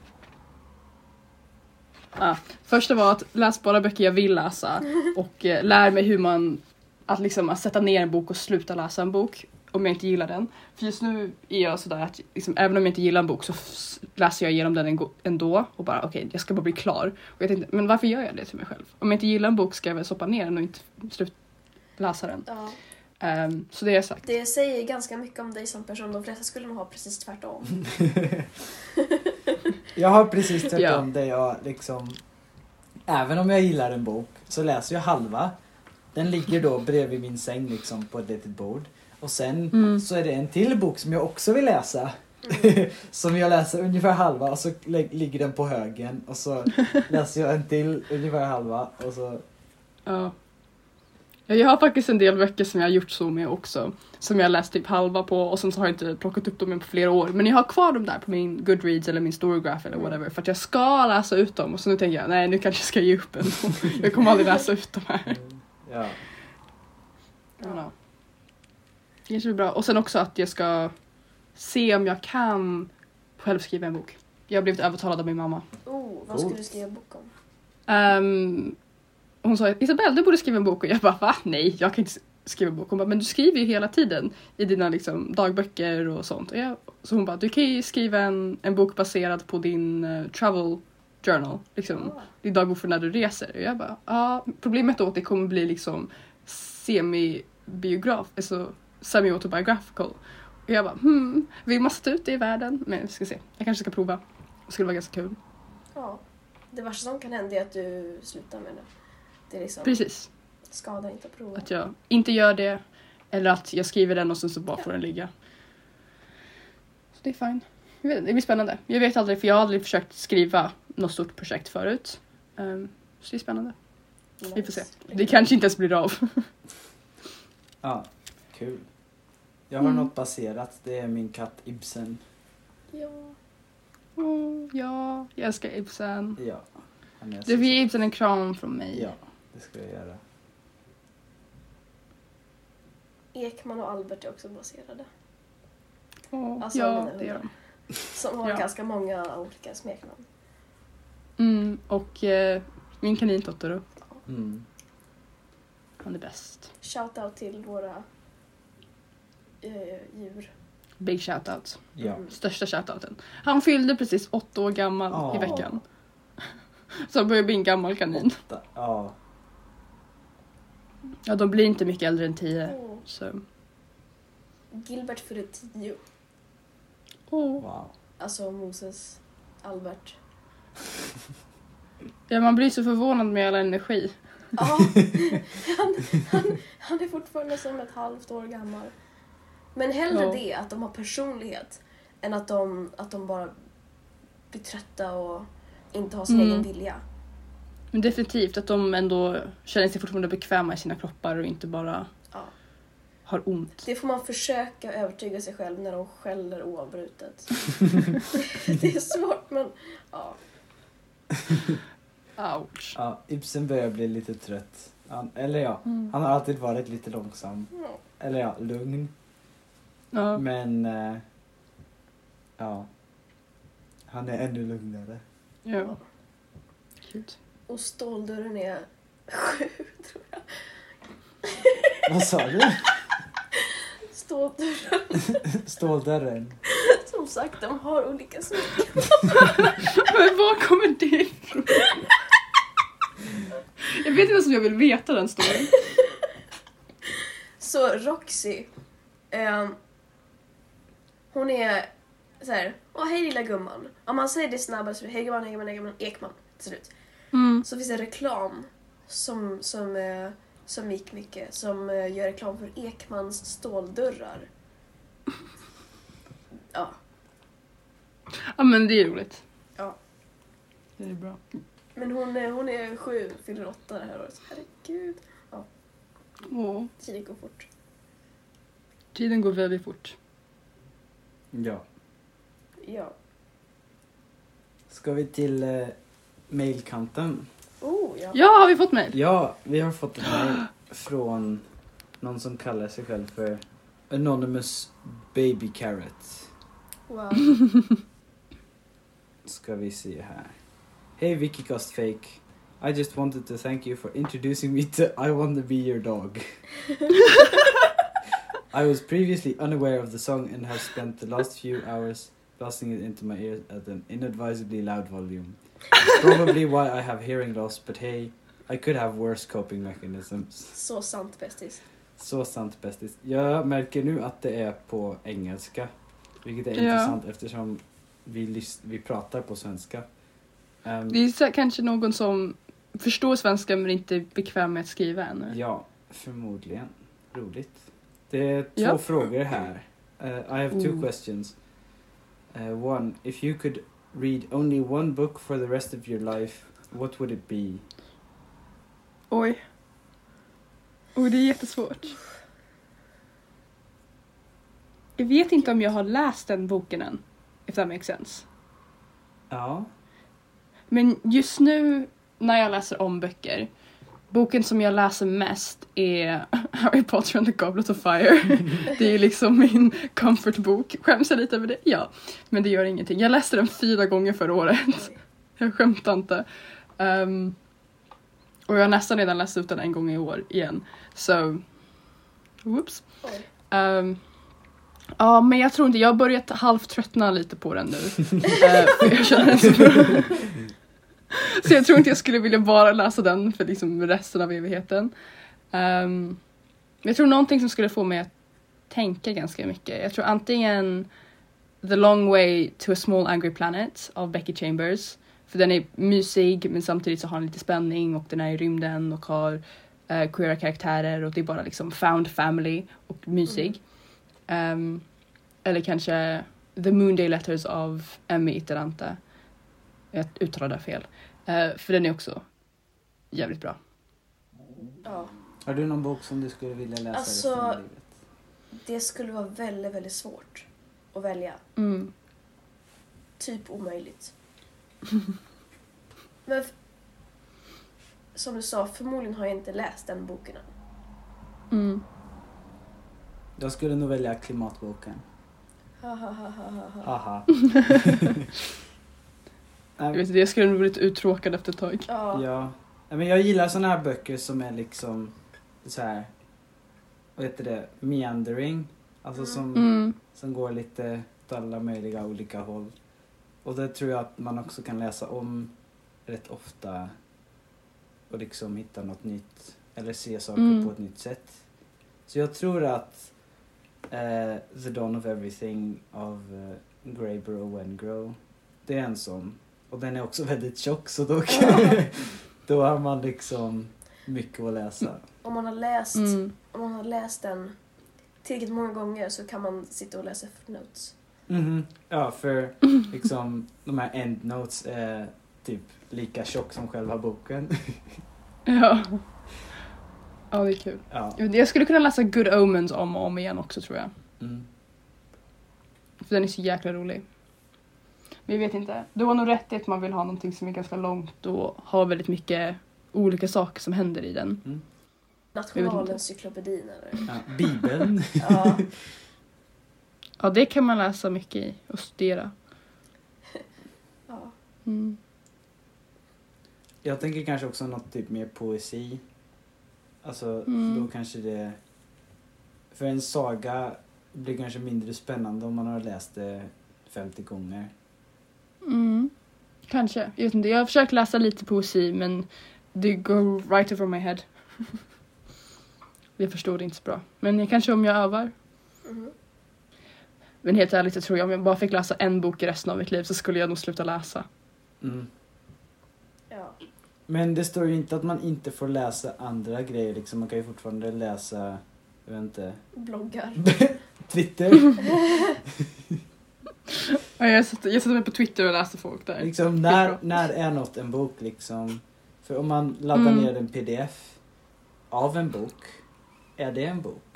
Första var att läsa bara böcker jag vill läsa. Och lär mig hur man... Att sätta ner en bok och sluta läsa en bok. Om jag inte gillar den. För just nu är jag sådär att även om jag inte gillar en bok så läser jag igenom den ändå. Och bara okej, jag ska bara bli klar. Och jag tänkte, men varför gör jag det till mig själv? Om jag inte gillar en bok ska jag väl stoppa ner den och inte sluta läsa den. Ja. Så det har jag sagt. Det säger ganska mycket om dig som person. De flesta skulle nog ha precis tvärtom. Jag har precis tvärtom där jag även om jag gillar en bok så läser jag halva. Den ligger då bredvid min säng på ett litet bord. Och sen så är det en till bok som jag också vill läsa. Som jag läser ungefär halva och så ligger den på högen. Och så läser jag en till ungefär halva. Och så... Ja. Jag har faktiskt en del böcker som jag har gjort så med också. Som jag läst typ halva på och sen så har jag inte plockat upp dem på flera år. Men jag har kvar dem där på min Goodreads eller min Storygraph eller whatever. För att jag ska läsa ut dem. Och så nu tänker jag, nej nu kanske jag ska ge upp ändå. Jag kommer aldrig läsa ut dem här. Ja. Ja. Det är så bra. Och sen också att jag ska se om jag kan själv skriva en bok. Jag har blivit övertalad av min mamma. Vad ska du skriva en bok om? Hon sa, Isabel, du borde skriva en bok. Och jag bara, va? Nej, jag kan inte skriva en bok. Hon bara, men du skriver ju hela tiden i dina dagböcker och sånt. Så hon bara, du kan ju skriva en bok baserad på din travel journal. Din dagbok för när du reser. Och jag bara, ja, problemet då är att det kommer bli semi-autobiographical. Och jag bara, vi måste ut i världen. Men vi ska se, jag kanske ska prova. Det skulle vara ganska kul. Ja, det värsta som kan hända är att du slutar med det. Det är Precis. Skadar inte att prova. Att jag inte gör det. Eller att jag skriver den och sen så bara får den ligga. Så det är fine. Jag vet inte, det blir spännande. Jag vet aldrig, för jag har aldrig försökt skriva något stort projekt förut. Så det är spännande. Nice. Vi får se. Det kanske inte ens blir av. Ja, kul. Jag har något baserat. Det är min katt Ibsen. Ja. Ja, jag älskar Ibsen. Ja. Du får ge Ibsen en kram från mig. Ja, det ska jag göra. Ekman och Albert är också baserade. Alltså, ja, det gör de. Som har ganska många olika smeknamn. Och min kanin Totoro. Han är bäst. Shoutout till våra djur. Big shoutout. Ja. Största shoutouten. Han fyllde precis 8 år gammal i veckan. Så han börjar bli en gammal kanin. 8, ja. Ja, de blir inte mycket äldre än 10. Så. Gilbert fyller 10. Wow. Alltså Moses, Albert. Ja, man blir så förvånad med all energi. Ja, han är fortfarande som ett halvt år gammal. Men hellre det, att de har personlighet, än att de bara blir trötta och inte har sin egen vilja. Men definitivt att de ändå känner sig fortfarande bekväma i sina kroppar och inte bara har ont. Det får man försöka övertyga sig själv när de skäller oavbrutet. Det är svårt, men ja. Ouch. Ja, Ibsen börjar bli lite trött. Han har alltid varit lite långsam. Eller lugn. Ja. Men han är ännu lugnare. Ja. Cute. Och ståldörren är 7, tror jag. Vad sa du? Ståldörren. Som sagt, de har olika smycken. Men var kommer det ifrån? Jag vet inte om jag vill veta den storyn. Så Roxy, hon är så här, hej lilla gumman. Om man säger det snabbare så är det hej gumman, Ekman till slut. Så finns det reklam som gick mycket, som gör reklam för Ekmans ståldörrar. Ja. Ja, men det är roligt. Ja. Det är bra. Men hon är 7, fyller 8 det här året. Herregud. Åh, Tiden går fort. tiden går väldigt fort. Ja. Ja. Ska vi till mailkanten? Ja. Ja, har vi fått mejl? Ja, vi har fått ett mail från någon som kallar sig själv för Anonymous Baby Carrot. Wow. Ska vi se här. Hey Vicky Cost Fake. I just wanted to thank you for introducing me to I Want to Be Your Dog. I was previously unaware of the song and have spent the last few hours blasting it into my ears at an inadvisably loud volume. It's probably why I have hearing loss, but hey, I could have worse coping mechanisms. Så sant, bästis. Så sant, bästis. Jag märker nu att det är på engelska, vilket är Ja. intressant eftersom vi pratar på svenska. Det är så, kanske någon som förstår svenska men inte är bekväm med att skriva ännu. Ja, förmodligen. Roligt. Det är 2 Ja. frågor här. I have 2 questions. One, if you could read only one book for the rest of your life, what would it be? Oj, det är jättesvårt. Jag vet inte om jag har läst den boken än, if that makes sense. Ja. Men just nu när jag läser om böcker, boken som jag läser mest är Harry Potter and the Goblet of Fire. Det är ju liksom min comfortbok. Skäms jag lite över det? Ja. Men det gör ingenting. Jag läste den 4 gånger förra året. Jag skämtar inte. Och jag har nästan redan läst ut den en gång i år igen. Så, whoops. Ja, men jag tror inte. Jag har börjat halvt tröttna lite på den nu. För jag känner den så bra. Så jag tror inte jag skulle vilja bara läsa den för liksom resten av evigheten. Jag tror någonting som skulle få mig att tänka ganska mycket. Jag tror antingen The Long Way to a Small Angry Planet av Becky Chambers. För den är mysig men samtidigt så har den lite spänning och den är i rymden och har queera karaktärer och det är bara liksom found family och mysig. Eller kanske The Moonday Letters av Emmy Itterante. Jag uttalade fel. För den är också jävligt bra. Ja. Har du någon bok som du skulle vilja läsa Alltså, resten av livet? Det skulle vara väldigt, väldigt svårt att välja. Typ omöjligt. Men som du sa, förmodligen har jag inte läst den boken än. Jag skulle nog välja klimatboken. Haha. Jag vet inte, jag skulle nog bli lite uttråkad efter ett tag. Ja. Men jag gillar såna här böcker som är liksom så här, vad heter det, meandering. Alltså som går lite åt alla möjliga olika håll. Och det tror jag att man också kan läsa om rätt ofta och liksom hitta något nytt eller se saker på ett nytt sätt. Så jag tror att The Dawn of Everything av Graeber och Wengrow, det är en sån. Och den är också väldigt tjock så då har man liksom mycket att läsa. Om man har läst den tillräckligt många gånger så kan man sitta och läsa notes. Ja, för liksom de här endnotes är typ lika tjock som själva boken. Ja, det är kul. Ja. Jag skulle kunna läsa Good Omens om och om igen också tror jag. För den är så jäkla rolig. Men jag vet inte. Du har nog rätt i att man vill ha någonting som är ganska långt och har väldigt mycket olika saker som händer i den. Nationalencyklopedin eller? Ja, Bibeln. Ja. Ja, det kan man läsa mycket i och studera. Ja. Jag tänker kanske också något typ mer poesi. Alltså då kanske det... För en saga blir kanske mindre spännande om man har läst det 50 gånger. Kanske. Jag vet inte. Jag har försökt läsa lite poesi men det går right over my head. Jag förstår det inte så bra. Men kanske om jag övar. Men helt ärligt så tror jag om jag bara fick läsa en bok i resten av mitt liv så skulle jag nog sluta läsa. Ja. Men det står ju inte att man inte får läsa andra grejer. Liksom. Man kan ju fortfarande läsa, jag vet inte, Bloggar. Twitter. Ja, jag satt med på Twitter och läste folk där. Liksom, när är något en bok liksom? För om man laddar ner en pdf av en bok, är det en bok?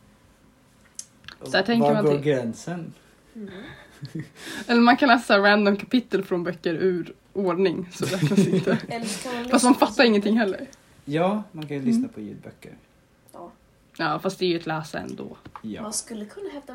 Var går gränsen? Eller man kan läsa random kapitel från böcker ur ordning, så räknas inte. Fast man fattar ingenting heller. Ja, man kan ju lyssna på ljudböcker. Ja, fast det är ju ett läsa ändå. Ja. Man skulle kunna hävda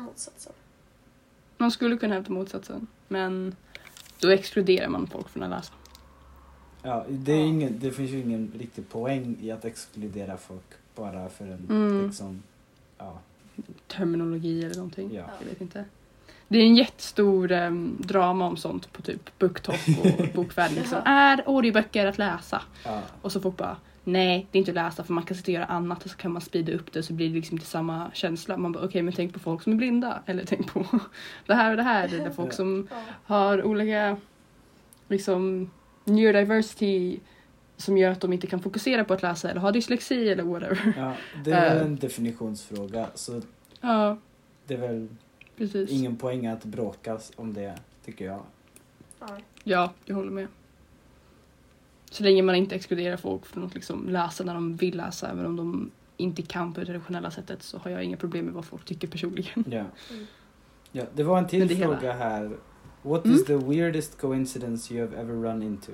motsatsen. Men då exkluderar man folk från att läsa. Ja, det finns ju ingen riktig poäng i att exkludera folk bara för en liksom, terminologi eller någonting. Ja. Jag vet inte. Det är en jättestor drama om sånt på typ BookTok och Bokvärlden. Liksom. Är audioböcker att läsa? Ja. Och så folk bara, nej, det är inte att läsa, för man kan sitta och göra annat och så kan man speeda upp det, så blir det liksom inte samma känsla. Man bara, okej, men tänk på folk som är blinda, eller tänk på det här och det här. Det är folk som har olika liksom neurodiversity som gör att de inte kan fokusera på att läsa eller har dyslexi eller whatever. Ja, det är väl en definitionsfråga, så det är väl ingen poäng att bråkas om det, tycker jag. Ja, jag håller med. Så länge man inte exkluderar folk från att liksom läsa när de vill läsa, även om de inte kan på det traditionella sättet, så har jag inga problem med vad folk tycker personligen. Ja, det var en till fråga här. What is the weirdest coincidence you have ever run into?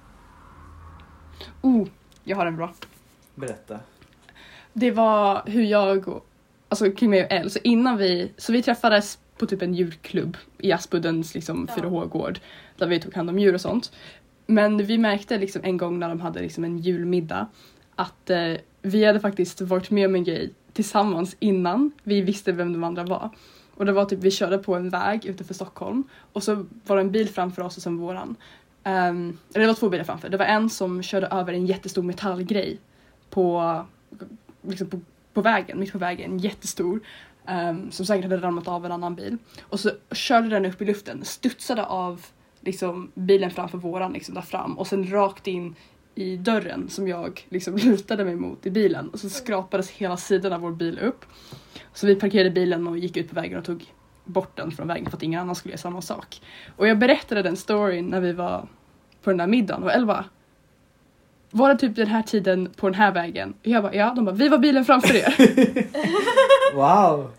Jag har en bra. Berätta. Det var hur jag, alltså kring mig och Elle, så innan vi träffades på typ en djurklubb i Aspuddens liksom 4H-gård, där vi tog hand om djur och sånt. Men vi märkte liksom en gång när de hade liksom en julmiddag att vi hade faktiskt varit med om en grej tillsammans innan vi visste vem de andra var. Och det var typ, vi körde på en väg utanför Stockholm och så var det en bil framför oss och sen våran. Eller det var 2 bilar framför. Det var en som körde över en jättestor metallgrej på vägen, mitt på vägen, jättestor. Som säkert hade ramlat av en annan bil. Och så körde den upp i luften, studsade av liksom bilen framför våran liksom där fram och sen rakt in i dörren som jag liksom lutade mig mot i bilen, och så skrapades hela sidan av vår bil upp. Så vi parkerade bilen och gick ut på vägen och tog bort den från vägen för att ingen annan skulle göra samma sak. Och jag berättade den storyn när vi var på den där middagen och Elva, var det typ den här tiden på den här vägen? Och jag bara, ja. De bara, vi var bilen framför er. Wow.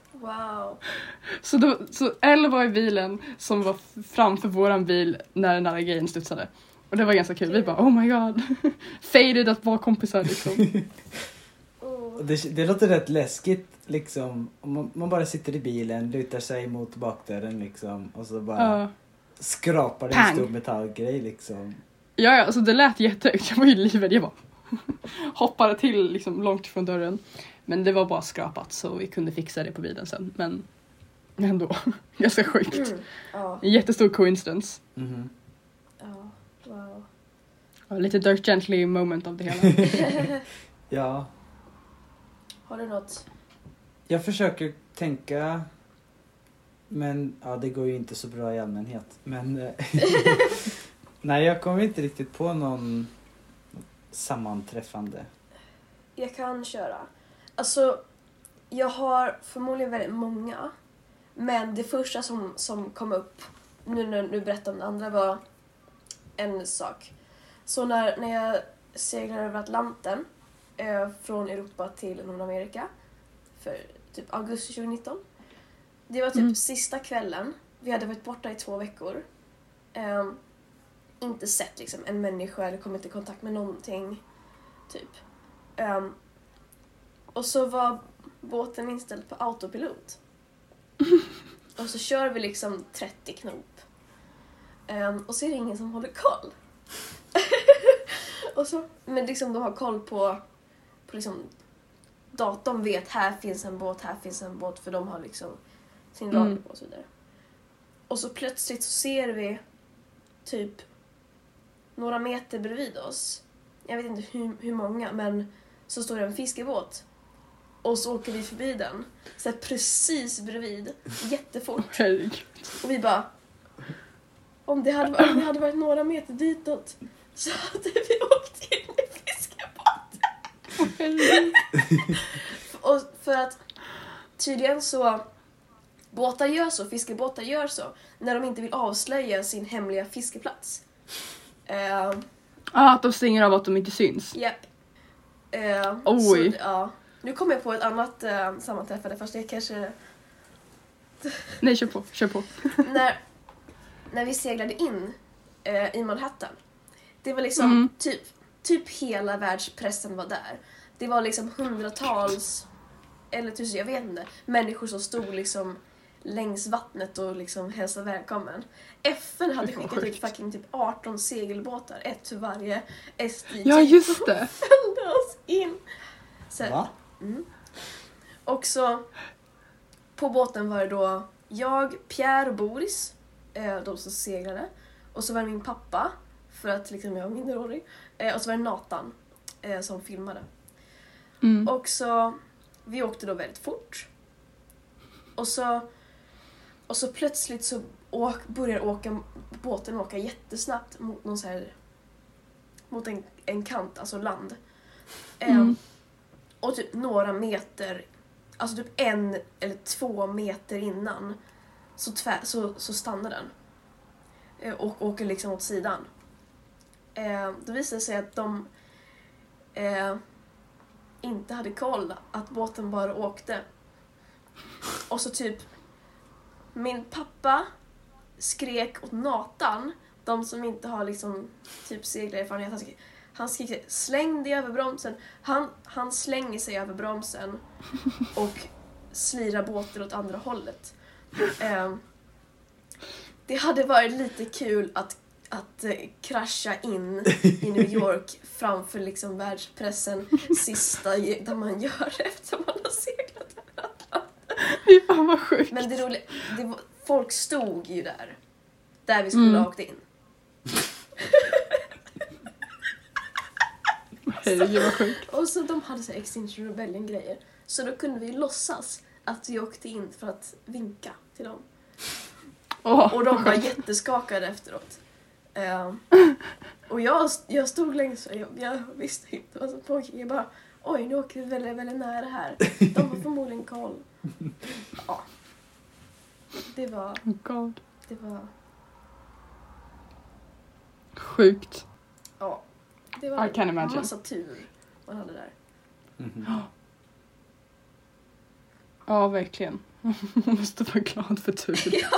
Så Elle var i bilen som var framför våran bil när den där grejen studsade. Och det var ganska kul. Vi bara, oh my god. Faded att vara kompisar liksom. Det låter rätt läskigt liksom. Om man bara sitter i bilen, lutar sig mot bakdörren liksom. Och så bara skrapar det en stor metallgrej liksom. Ja, alltså det lät jättehögt. Jag var ju livrädd. Jag bara hoppade till liksom långt ifrån dörren. Men det var bara skrapat, så vi kunde fixa det på bilen sen. Men ändå, ganska sjukt. En jättestor coincidence. Wow. Lite Dirk Gently moment av det hela. Ja. Har du något? Jag försöker tänka, men det går ju inte så bra i allmänhet. Men nej, jag kommer inte riktigt på någon sammanträffande. Jag kan köra. Alltså, jag har förmodligen väldigt många. Men det första som kom upp nu när du berättade om det andra var en sak. Så när jag seglade över Atlanten från Europa till Nordamerika för typ augusti 2019. Det var typ sista kvällen. Vi hade varit borta i 2 veckor. Inte sett liksom en människa eller kommit i kontakt med någonting. Typ. Och så var båten inställd på autopilot. Och så kör vi liksom 30 knop. Och så är det ingen som håller koll. Och så, men liksom de har koll på liksom datorn vet här finns en båt, för de har liksom sin radio på och så vidare. Och så plötsligt så ser vi typ några meter bredvid oss. Jag vet inte hur många, men så står det en fiskebåt. Och så åker vi förbi den. Så precis bredvid. Jättefort. Och vi bara, om det hade varit några meter ditåt, så hade vi åkt in i fiskebåten. Och för att tydligen så Fiskebåtar gör så när de inte vill avslöja sin hemliga fiskeplats. Att de stänger av att de inte syns. Japp. Oj. Så, ja. Nu kommer jag på ett annat sammanträffande, fast det kanske... Nej, kör på. när vi seglade in i Manhattan. Det var liksom typ hela världspressen var där. Det var liksom hundratals, eller tusen, jag vet inte, människor som stod liksom längs vattnet och liksom hälsade välkommen. FN hade skickat ut fucking typ 18 segelbåtar, ett för varje SDG. Ja, just det. Följde oss in. Så, Va? Och så på båten var det då jag, Pierre och Boris, de som seglade. Och så var det min pappa, för att liksom jag var minderårig. Och så var det Nathan som filmade. Och så vi åkte då väldigt fort. Och så plötsligt så börjar båten åka jättesnabbt mot någon så här, mot en kant, alltså land. Och typ några meter, alltså typ 1 eller 2 meter innan så stannar den. Och åker liksom åt sidan. Då visade det sig att de inte hade koll, att båten bara åkte. Och så typ min pappa skrek åt Nathan, de som inte har liksom typ seglarerfarenhet, han skrek släng dig över bromsen. Han slänger sig över bromsen och slirar båten åt andra hållet. Det hade varit lite kul att krascha in i New York framför liksom världspressen sista där man gör efter man har seglat över Atlanten. Fy fan vad sjukt. Men det roliga, folk stod ju där vi skulle ha åkt in. Herregud vad sjukt. Och så de hade så här Extinction Rebellion-grejer. Så då kunde vi låtsas att vi åkte in för att vinka till dem. Och de var jätteskakade efteråt. Och jag stod längst och jag visste inte vad som pågick. Jag bara, oj, nu åker vi väldigt, väldigt nära här. De har förmodligen koll. Ja. Det var... Oh God. Det var... Sjukt. Ja. Det var I can imagine. massa tur man hade där. Ja, verkligen. Man måste vara glad för tur. Ja.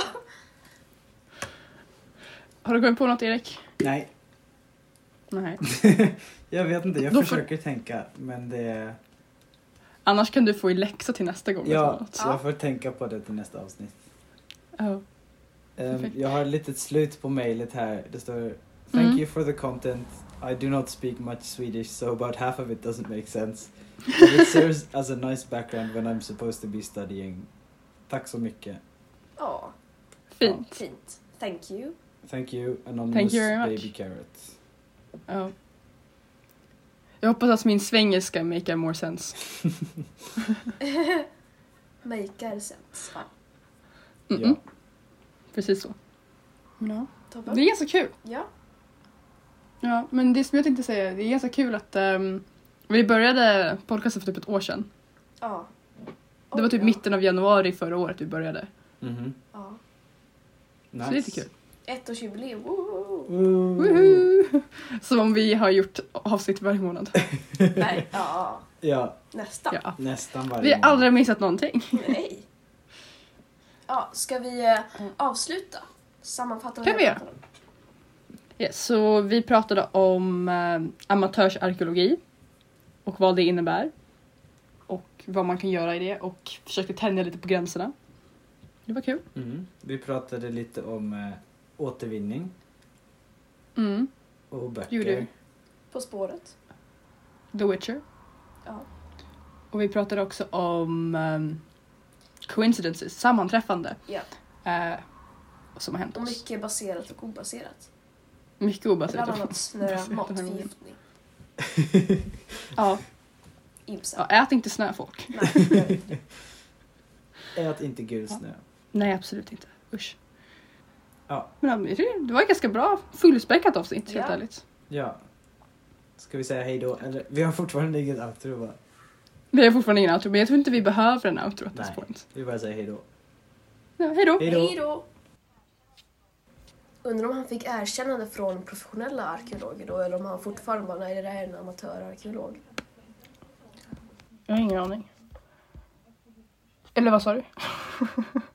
Har du kommit på något, Erik? Nej. Nej. Jag vet inte, jag Då försöker tänka, men det... Annars kan du få i läxa till nästa gång. Ja, så jag får tänka på det till nästa avsnitt. Perfekt. Jag har ett litet slut på mejlet här. Det står: Thank you for the content. I do not speak much Swedish, so about half of it doesn't make sense. But it serves as a nice background when I'm supposed to be studying. Tack så mycket. Ja. Fint. Fint. Thank you. Thank you, anonymous Thank you very much. baby carrot. Ja. Jag hoppas att min svengelska make more sense. Maker sense. Ja. Ja. Precis så. Ja. Toppen. Det är ganska kul. Ja. Ja, men det som jag tänkte säga, det är ganska kul att vi började podcasten för typ ett år sedan. Ja. Det var typ mitten av januari förra året vi började. Mhm. Ja. Nice. Så det är lite kul. 1-årsjubileum. Woohoo! Som om vi har gjort avsnitt varje månad. Nej, ja. Ja, Nästan. Ja. nästan varje Vi har månad. aldrig missat någonting. Nej. Ja, ska vi avsluta? Sammanfatta Kan vi göra. Yes, så vi pratade om amatörsarkeologi och vad det innebär. Och vad man kan göra i det och försökte tänja lite på gränserna. Det var kul. Vi pratade lite om återvinning och böcker. Gjorde vi. På spåret. The Witcher. Ja. Och vi pratade också om coincidences, sammanträffande. Ja. Som har hänt Och oss. mycket baserat och obaserat. Mycket obaserat. Bland annat snö-matförgiftning. Ja. Ibsen. Ja, ät inte snö, folk. Nej, det gör inte det. Ät inte gul snö. Nej, absolut inte. Usch. Ja. Men jag tycker det var ett ganska bra fullspäckat avsnitt, helt Ja. ärligt. Ja. Ska vi säga hej då? Eller, vi har fortfarande inget outro, va? Vi har fortfarande ingen outro, men jag tror inte vi behöver en outro at this Nej. point. Vi bara säger hej då. Hej då! Hej då! Undrar om han fick erkännande från professionella arkeologer då, eller om han fortfarande bara, nej, det där är en amatörarkeolog. Jag har ingen aning. Eller vad sa du?